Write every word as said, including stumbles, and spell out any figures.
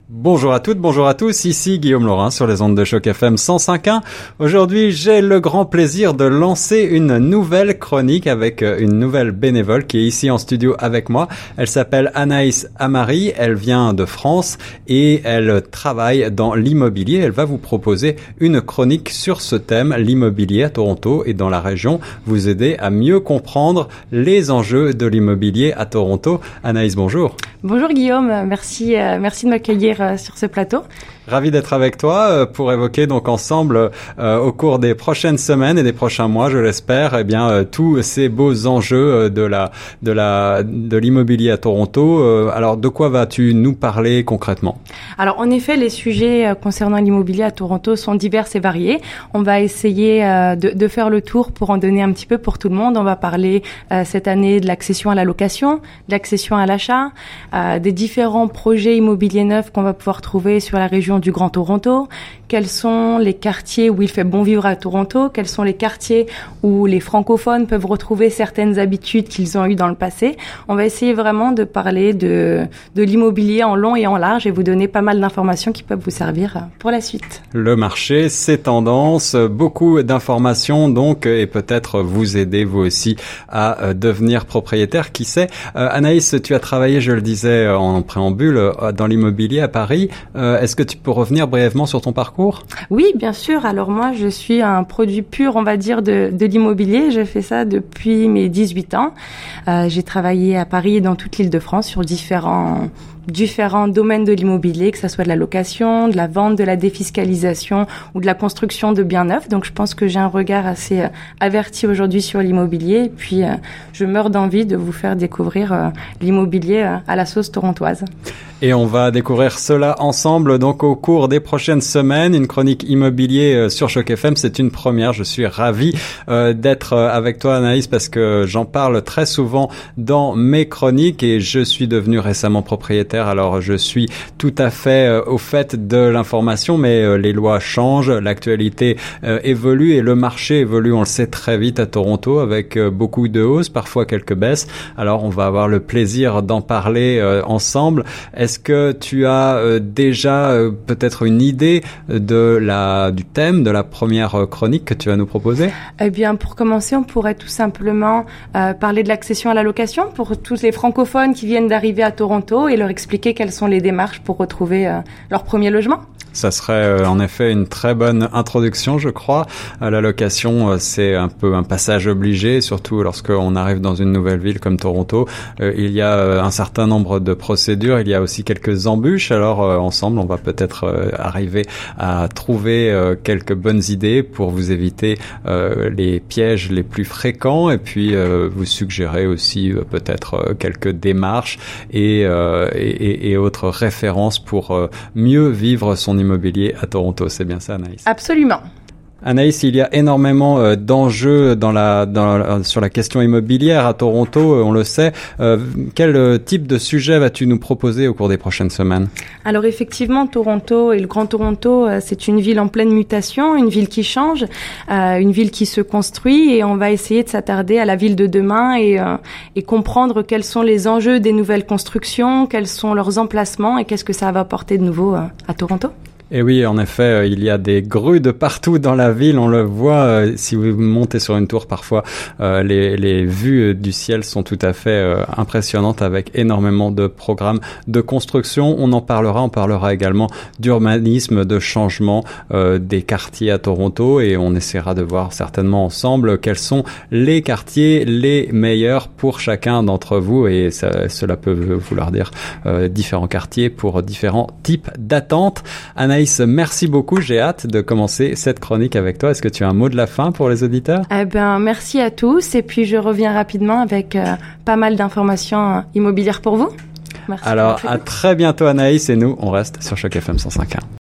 Bonjour à toutes, bonjour à tous, ici Guillaume Laurin sur les ondes de Choc F M cent cinq point un. Aujourd'hui, j'ai le grand plaisir de lancer une nouvelle chronique avec une nouvelle bénévole qui est ici en studio avec moi. Elle s'appelle Anaïs Amari, elle vient de France et elle travaille dans l'immobilier. Elle va vous proposer une chronique sur ce thème, l'immobilier à Toronto et dans la région, vous aider à mieux comprendre les enjeux de l'immobilier à Toronto. Anaïs, bonjour. Bonjour Guillaume, merci, euh, merci de m'accueillir sur ce plateau. Ravi d'être avec toi pour évoquer donc ensemble euh, au cours des prochaines semaines et des prochains mois, je l'espère, eh bien euh, tous ces beaux enjeux de la de la de l'immobilier à Toronto. Euh, alors de quoi vas-tu nous parler concrètement? Alors en effet, les sujets concernant l'immobilier à Toronto sont divers et variés. On va essayer euh, de, de faire le tour pour en donner un petit peu pour tout le monde. On va parler euh, cette année de l'accession à la location, de l'accession à l'achat, euh, des différents projets immobiliers neufs qu'on va pouvoir trouver sur la région du Grand Toronto, quels sont les quartiers où il fait bon vivre à Toronto, quels sont les quartiers où les francophones peuvent retrouver certaines habitudes qu'ils ont eues dans le passé. On va essayer vraiment de parler de, de l'immobilier en long et en large et vous donner pas mal d'informations qui peuvent vous servir pour la suite. Le marché, ses tendances, beaucoup d'informations donc et peut-être vous aider vous aussi à devenir propriétaire, qui sait. Euh, Anaïs, tu as travaillé, je le disais en préambule, dans l'immobilier à Paris. Euh, est-ce que tu peux revenir brièvement sur ton parcours? Oui, bien sûr. Alors moi, je suis un produit pur, on va dire, de, de l'immobilier. J'ai fait ça depuis mes dix-huit ans. Euh, j'ai travaillé à Paris et dans toute l'Île-de-France sur différents différents domaines de l'immobilier, que ça soit de la location, de la vente, de la défiscalisation ou de la construction de biens neufs. Donc je pense que j'ai un regard assez euh, averti aujourd'hui sur l'immobilier. Et puis euh, je meurs d'envie de vous faire découvrir euh, l'immobilier euh, à la sauce torontoise. Et on va découvrir cela ensemble donc au cours des prochaines semaines. Une chronique immobilier sur Choc F M, c'est une première. Je suis ravi euh, d'être avec toi Anaïs parce que j'en parle très souvent dans mes chroniques et je suis devenu récemment propriétaire. Alors je suis tout à fait euh, au fait de l'information, mais euh, les lois changent, l'actualité euh, évolue et le marché évolue, on le sait, très vite à Toronto avec euh, beaucoup de hausses, parfois quelques baisses. Alors on va avoir le plaisir d'en parler euh, ensemble. Est-ce que tu as euh, déjà euh, peut-être une idée de la du thème de la première chronique que tu vas nous proposer? Eh bien, pour commencer, on pourrait tout simplement euh, parler de l'accession à la location pour tous les francophones qui viennent d'arriver à Toronto et leur expliquer quelles sont les démarches pour retrouver euh, leur premier logement. Ça serait euh, en effet une très bonne introduction, je crois. Euh, la location, euh, c'est un peu un passage obligé, surtout lorsqu'on arrive dans une nouvelle ville comme Toronto. Euh, il y a euh, un certain nombre de procédures, il y a aussi quelques embûches. Alors euh, ensemble, on va peut-être euh, arriver à trouver euh, quelques bonnes idées pour vous éviter euh, les pièges les plus fréquents et puis euh, vous suggérer aussi euh, peut-être euh, quelques démarches et, euh, et, et autres références pour euh, mieux vivre son immobilier à Toronto. C'est bien ça, Anaïs? Absolument. Anaïs, il y a énormément euh, d'enjeux dans la, dans la, sur la question immobilière à Toronto, euh, on le sait. Euh, quel euh, type de sujet vas-tu nous proposer au cours des prochaines semaines? Alors effectivement, Toronto et le Grand Toronto, euh, c'est une ville en pleine mutation, une ville qui change, euh, une ville qui se construit et on va essayer de s'attarder à la ville de demain et, euh, et comprendre quels sont les enjeux des nouvelles constructions, quels sont leurs emplacements et qu'est-ce que ça va apporter de nouveau euh, à Toronto. Et oui, en effet, il y a des grues de partout dans la ville. On le voit, euh, si vous montez sur une tour, parfois, euh, les, les vues du ciel sont tout à fait euh, impressionnantes avec énormément de programmes de construction. On en parlera, on parlera également d'urbanisme, de changement euh, des quartiers à Toronto et on essaiera de voir certainement ensemble quels sont les quartiers les meilleurs pour chacun d'entre vous et ça, cela peut vouloir dire euh, différents quartiers pour différents types d'attentes. Anaïs, merci beaucoup. J'ai hâte de commencer cette chronique avec toi. Est-ce que tu as un mot de la fin pour les auditeurs? Eh ben, merci à tous. Et puis, je reviens rapidement avec euh, pas mal d'informations immobilières pour vous. Merci. Alors, à très bientôt, Anaïs. Et nous, on reste sur Choc F M cent cinq point un.